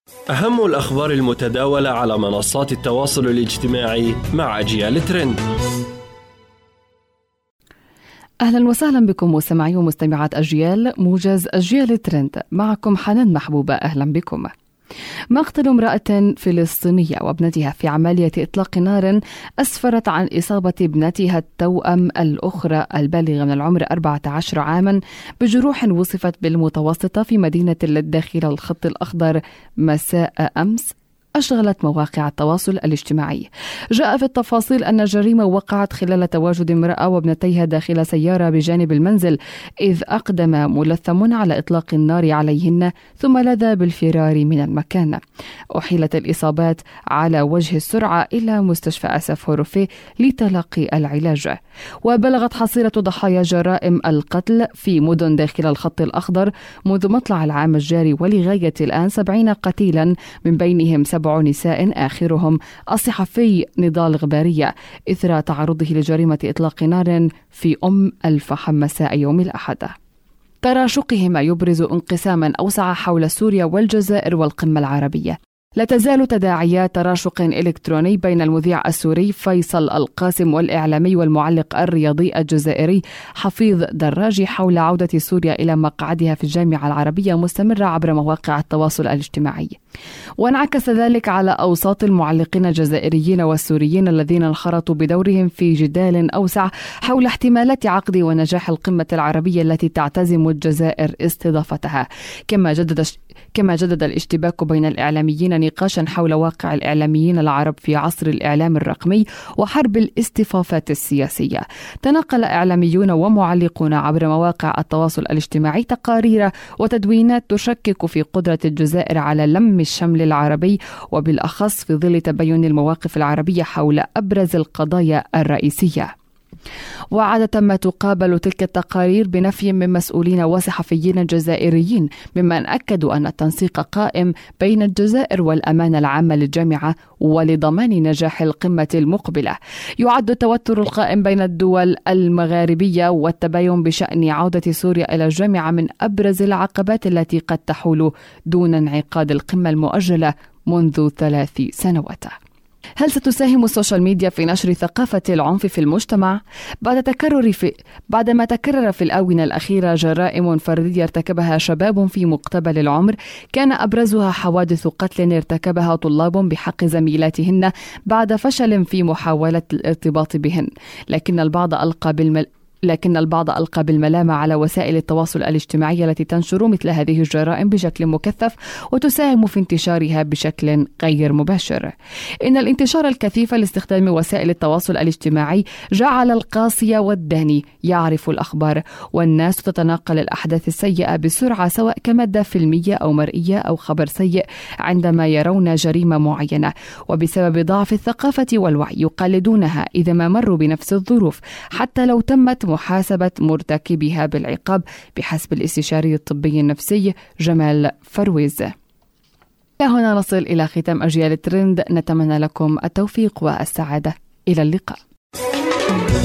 أهم الأخبار المتداولة على منصات التواصل الاجتماعي مع أجيال ترند. أهلا وسهلا بكم مستمعي ومستمعات أجيال، موجز أجيال ترند، معكم حنان محبوبة. أهلا بكم. مقتل امرأة فلسطينية وابنتها في عملية إطلاق نار أسفرت عن إصابة ابنتها التوأم الأخرى البالغة من العمر 14 عاما بجروح وصفت بالمتوسطة في مدينة داخل الخط الأخضر مساء أمس أشغلت مواقع التواصل الاجتماعي. جاء في التفاصيل أن الجريمة وقعت خلال تواجد امرأة وابنتيها داخل سيارة بجانب المنزل، إذ أقدم ملثم على إطلاق النار عليهن ثم لذا بالفرار من المكان. أحيلت الإصابات على وجه السرعة إلى مستشفى أسف هورفيه لتلقي العلاج. وبلغت حصيلة ضحايا جرائم القتل في مدن داخل الخط الأخضر منذ مطلع العام الجاري ولغاية الآن 70 قتيلا، من بينهم 7 نساء آخرهم الصحفي نضال غبارية إثر تعرضه لجريمة إطلاق نار في الفحم مساء يوم الأحد. تراشقهما يبرز انقساما أوسع حول سوريا والجزائر والقمة العربية. لا تزال تداعيات تراشق إلكتروني بين المذيع السوري فيصل القاسم والإعلامي والمعلق الرياضي الجزائري حفيظ دراجي حول عودة سوريا إلى مقعدها في الجامعة العربية مستمرة عبر مواقع التواصل الاجتماعي. وانعكس ذلك على أوساط المعلقين الجزائريين والسوريين الذين انخرطوا بدورهم في جدال أوسع حول احتمالات عقد ونجاح القمة العربية التي تعتزم الجزائر استضافتها. كما جدد الاشتباك بين الإعلاميين نقاشا حول واقع الإعلاميين العرب في عصر الإعلام الرقمي وحرب الاستفافات السياسية. تناقل إعلاميون ومعلقون عبر مواقع التواصل الاجتماعي تقارير وتدوينات تشكك في قدرة الجزائر على لم الشمل العربي، وبالأخص في ظل تباين المواقف العربية حول أبرز القضايا الرئيسية. وعادة ما تقابل تلك التقارير بنفي من مسؤولين وصحفيين جزائريين، ممن أكدوا أن التنسيق قائم بين الجزائر والأمانة العامة للجامعة ولضمان نجاح القمة المقبلة. يعد التوتر القائم بين الدول المغاربية والتباين بشأن عودة سوريا إلى الجامعة من أبرز العقبات التي قد تحول دون انعقاد القمة المؤجلة منذ 3 سنوات. هل ستساهم السوشيال ميديا في نشر ثقافة العنف في المجتمع؟ بعدما تكرر في الآونة الأخيرة جرائم فردية ارتكبها شباب في مقتبل العمر، كان أبرزها حوادث قتل ارتكبها طلاب بحق زميلاتهن بعد فشل في محاولة الارتباط بهن، لكن البعض ألقى بالملامة على وسائل التواصل الاجتماعي التي تنشر مثل هذه الجرائم بشكل مكثف وتساهم في انتشارها بشكل غير مباشر. إن الانتشار الكثيف لاستخدام وسائل التواصل الاجتماعي جعل القاصي والداني يعرف الأخبار، والناس تتناقل الأحداث السيئة بسرعة، سواء كمادة فيلمية أو مرئية أو خبر سيء، عندما يرون جريمة معينة، وبسبب ضعف الثقافة والوعي يقلدونها إذا ما مروا بنفس الظروف، حتى لو تمت محاسبة مرتكبها بالعقاب، بحسب الاستشاري الطبي النفسي جمال فرويز. هنا نصل إلى ختام أجيال ترند، نتمنى لكم التوفيق والسعادة. إلى اللقاء.